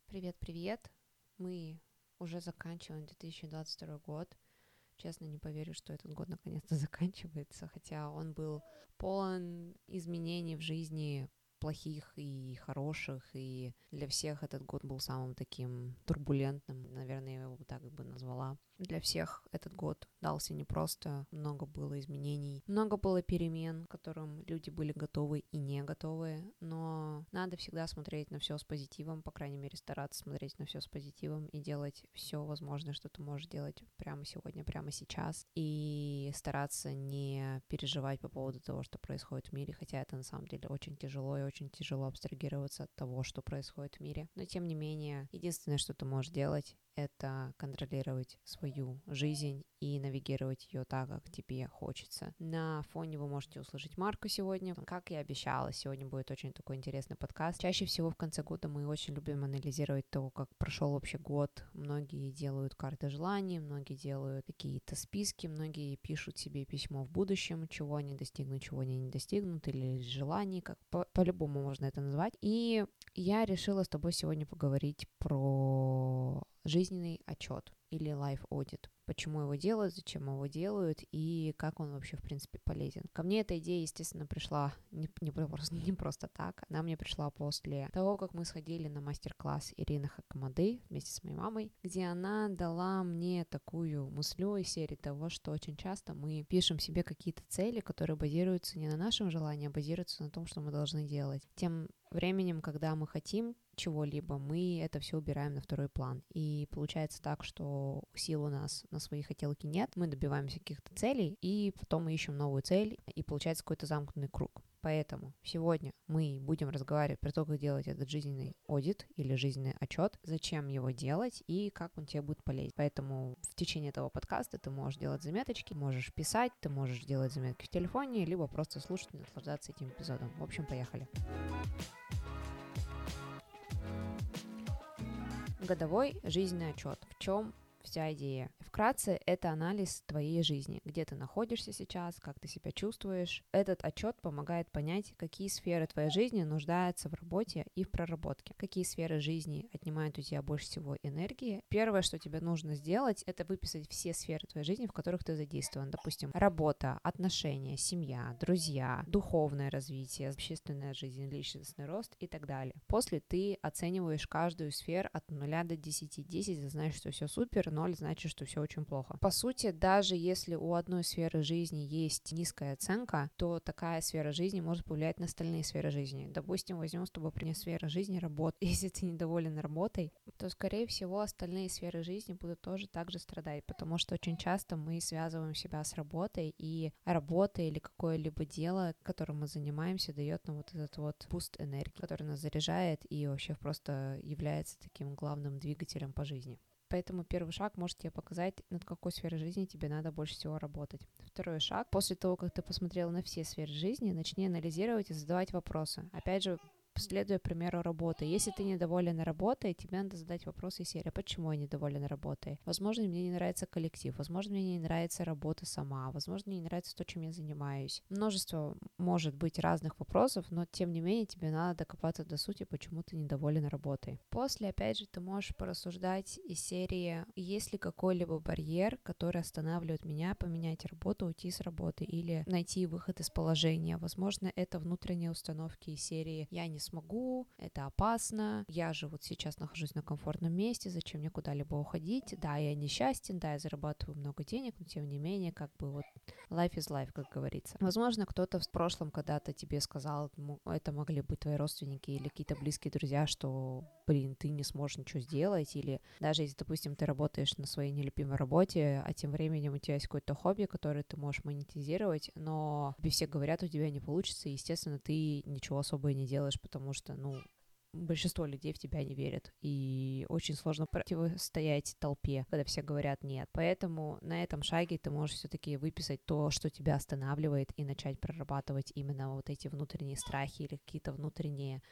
Привет-привет! Мы уже заканчиваем 2022 год. Честно, не поверю, что этот год наконец-то заканчивается, хотя он был полон изменений в жизни, плохих и хороших, и для всех этот год был самым таким турбулентным, наверное, я его так бы назвала. Для всех этот год дался непросто, много было изменений, много было перемен, к которым люди были готовы и не готовы, но надо всегда смотреть на все с позитивом, по крайней мере стараться смотреть на все с позитивом и делать все возможное, что ты можешь делать прямо сегодня, прямо сейчас, и стараться не переживать по поводу того, что происходит в мире, хотя это на самом деле очень тяжело и очень тяжело абстрагироваться от того, что происходит в мире, но тем не менее, единственное, что ты можешь делать, это контролировать свою жизнь и навигировать ее так, как тебе хочется. На фоне вы можете услышать Марку сегодня. Как и обещала, сегодня будет очень такой интересный подкаст. Чаще всего в конце года мы очень любим анализировать то, как прошел вообще год. Многие делают карты желаний, многие делают какие-то списки, многие пишут себе письмо в будущем, чего они достигнут, чего они не достигнут, или желаний, как по-любому можно это назвать. И я решила с тобой сегодня поговорить про жизненный отчет или life audit. Почему его делают, зачем его делают и как он вообще в принципе полезен. Ко мне эта идея, естественно, пришла не просто так. Она мне пришла после того, как мы сходили на мастер-класс Ирины Хакамады вместе с моей мамой, где она дала мне такую мыслю из серии того, что очень часто мы пишем себе какие-то цели, которые базируются не на нашем желании, а базируются на том, что мы должны делать. Тем временем, когда мы хотим чего-либо, мы это все убираем на второй план. И получается так, что сил у нас на свои хотелки нет, мы добиваемся каких-то целей, и потом мы ищем новую цель, и получается какой-то замкнутый круг. Поэтому сегодня мы будем разговаривать про то, как делать этот жизненный аудит или жизненный отчет, зачем его делать и как он тебе будет полезен. Поэтому в течение этого подкаста ты можешь делать заметочки, можешь писать, ты можешь делать заметки в телефоне, либо просто слушать и наслаждаться этим эпизодом. В общем, поехали. Годовой жизненный отчет. В чем вся идея? Вкратце, это анализ твоей жизни, где ты находишься сейчас, как ты себя чувствуешь. Этот отчет помогает понять, какие сферы твоей жизни нуждаются в работе и в проработке, какие сферы жизни отнимают у тебя больше всего энергии. Первое, что тебе нужно сделать, это выписать все сферы твоей жизни, в которых ты задействован. Допустим, работа, отношения, семья, друзья, духовное развитие, общественная жизнь, личностный рост и так далее. После ты оцениваешь каждую сферу от 0 до 10. 10 это значит, что все супер, 0 значит, что все очень плохо. По сути, даже если у одной сферы жизни есть низкая оценка, то такая сфера жизни может повлиять на остальные сферы жизни. Допустим, возьмем с тобой пример сферы жизни работы. Если ты недоволен работой, то, скорее всего, остальные сферы жизни будут тоже так же страдать, потому что очень часто мы связываем себя с работой, и работа или какое-либо дело, которым мы занимаемся, дает нам вот этот вот буст энергии, который нас заряжает и вообще просто является таким главным двигателем по жизни. Поэтому первый шаг может тебе показать, над какой сферой жизни тебе надо больше всего работать. Второй шаг, после того, как ты посмотрел на все сферы жизни, начни анализировать и задавать вопросы. Опять же, следуя примеру работы. Если ты недоволен работой, тебе надо задать вопрос из серии: почему я недоволен работой? Возможно, мне не нравится коллектив, возможно, мне не нравится работа сама, возможно, мне не нравится то, чем я занимаюсь. Множество может быть разных вопросов, но тем не менее тебе надо докопаться до сути, почему ты недоволен работой. После, опять же, ты можешь порассуждать из серии: есть ли какой-либо барьер, который останавливает меня поменять работу, уйти с работы или найти выход из положения. Возможно, это внутренние установки из серии: я не смогу, это опасно, я же вот сейчас нахожусь на комфортном месте, зачем мне куда-либо уходить, да, я несчастен, да, я зарабатываю много денег, но тем не менее, как бы вот life is life, как говорится. Возможно, кто-то в прошлом когда-то тебе сказал, это могли быть твои родственники или какие-то близкие друзья, что, блин, ты не сможешь ничего сделать, или даже если, допустим, ты работаешь на своей нелюбимой работе, а тем временем у тебя есть какое-то хобби, которое ты можешь монетизировать, но тебе все говорят, у тебя не получится, и, естественно, ты ничего особо не делаешь, потому что, большинство людей в тебя не верят, и очень сложно противостоять толпе, когда все говорят нет. Поэтому на этом шаге ты можешь все-таки выписать то, что тебя останавливает, и начать прорабатывать именно вот эти внутренние страхи или какие-то внутренние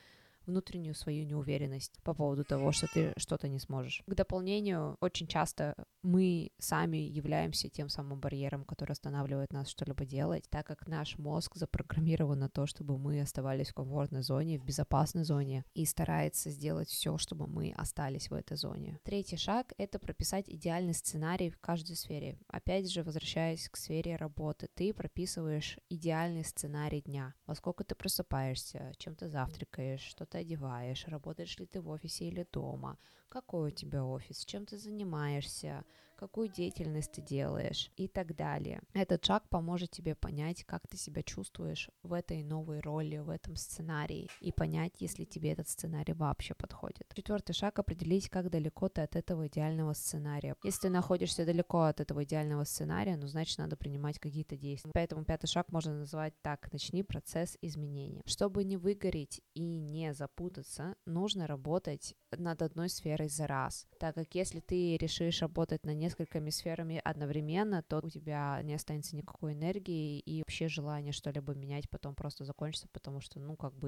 внутреннюю свою неуверенность по поводу того, что ты что-то не сможешь. К дополнению, очень часто мы сами являемся тем самым барьером, который останавливает нас что-либо делать, так как наш мозг запрограммирован на то, чтобы мы оставались в комфортной зоне, в безопасной зоне, и старается сделать все, чтобы мы остались в этой зоне. Третий шаг — это прописать идеальный сценарий в каждой сфере. Опять же, возвращаясь к сфере работы, ты прописываешь идеальный сценарий дня. Во сколько ты просыпаешься, чем ты завтракаешь, что ты одеваешь, работаешь ли ты в офисе или дома, какой у тебя офис, чем ты занимаешься, какую деятельность ты делаешь и так далее. Этот шаг поможет тебе понять, как ты себя чувствуешь в этой новой роли, в этом сценарии, и понять, если тебе этот сценарий вообще подходит. Четвертый шаг — определить, как далеко ты от этого идеального сценария. Если ты находишься далеко от этого идеального сценария, ну, значит, надо принимать какие-то действия. Поэтому пятый шаг можно назвать так: начни процесс изменения. Чтобы не выгореть и не запутаться, нужно работать над одной сферой за раз, так как если ты решишь работать над несколькими сферами одновременно, то у тебя не останется никакой энергии, и вообще желание что-либо менять потом просто закончится, потому что,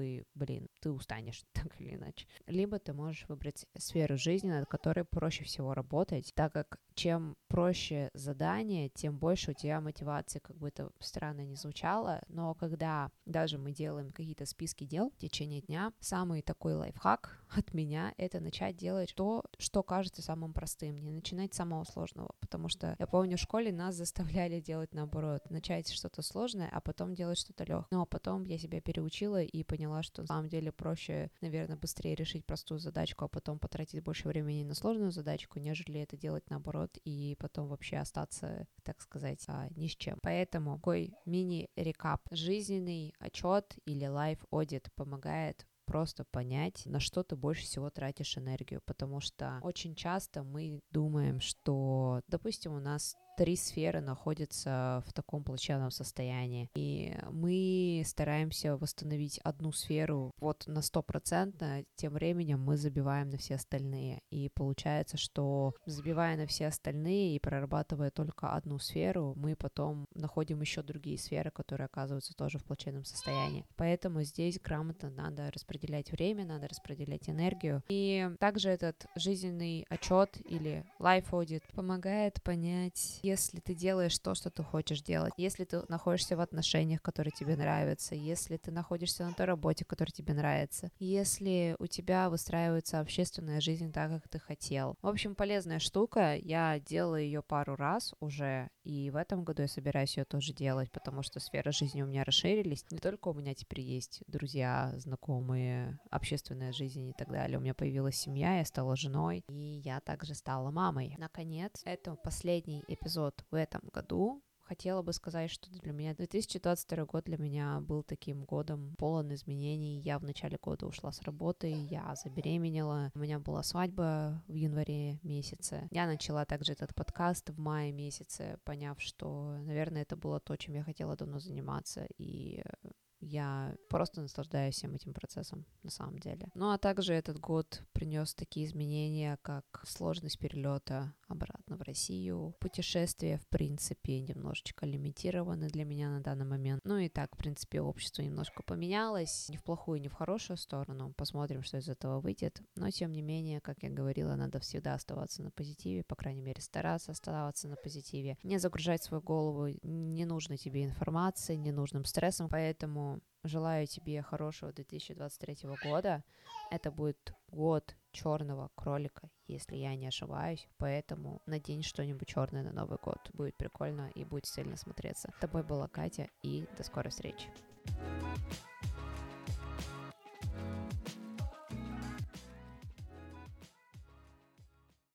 ты устанешь так или иначе. Либо ты можешь выбрать сферу жизни, над которой проще всего работать, так как чем проще задание, тем больше у тебя мотивации, как бы это странно ни звучало, но когда даже мы делаем какие-то списки дел в течение дня, самый такой лайфхак от меня — это начать делать то, что кажется самым простым, не начинать с самого сложного, потому что я помню, в школе нас заставляли делать наоборот, начать что-то сложное, а потом делать что-то легкое. Но потом я себя переучила и поняла, что на самом деле проще, наверное, быстрее решить простую задачку, а потом потратить больше времени на сложную задачку, нежели это делать наоборот и потом вообще остаться, так сказать, ни с чем. Поэтому такой мини-рекап. Жизненный отчет или лайф-одит помогает просто понять, на что ты больше всего тратишь энергию, потому что очень часто мы думаем, что, допустим, у нас 3 сферы находятся в таком плачевном состоянии, и мы стараемся восстановить одну сферу вот на 100%, тем временем мы забиваем на все остальные, и получается, что забивая на все остальные и прорабатывая только одну сферу, мы потом находим еще другие сферы, которые оказываются тоже в плачевном состоянии. Поэтому здесь грамотно надо распределять время, надо распределять энергию. И также этот жизненный отчет или life audit помогает понять, если ты делаешь то, что ты хочешь делать, если ты находишься в отношениях, которые тебе нравятся, если ты находишься на той работе, которая тебе нравится, если у тебя выстраивается общественная жизнь так, как ты хотел. В общем, полезная штука, я делала ее пару раз уже, и в этом году я собираюсь ее тоже делать, потому что сферы жизни у меня расширились. Не только у меня теперь есть друзья, знакомые, общественная жизнь и так далее. У меня появилась семья, я стала женой, и я также стала мамой. Наконец, это последний эпизод в этом году. Хотела бы сказать, что для меня 2022 год для меня был таким годом полон изменений. Я в начале года ушла с работы, я забеременела, у меня была свадьба в январе месяце. Я начала также этот подкаст в мае месяце, поняв, что, наверное, это было то, чем я хотела давно заниматься, и я просто наслаждаюсь всем этим процессом, на самом деле. Ну, а также этот год принес такие изменения, как сложность перелета обратно в Россию, путешествия, в принципе, немножечко лимитированы для меня на данный момент. Ну и так, в принципе, общество немножко поменялось, не в плохую, не в хорошую сторону. Посмотрим, что из этого выйдет. Но, тем не менее, как я говорила, надо всегда оставаться на позитиве, по крайней мере, стараться оставаться на позитиве, не загружать свою голову ненужной тебе информацией, ненужным стрессом, поэтому желаю тебе хорошего 2023 года. Это будет год черного кролика, если я не ошибаюсь. Поэтому надень что-нибудь черное на Новый год. Будет прикольно и будет сильно смотреться. С тобой была Катя, и до скорой встречи.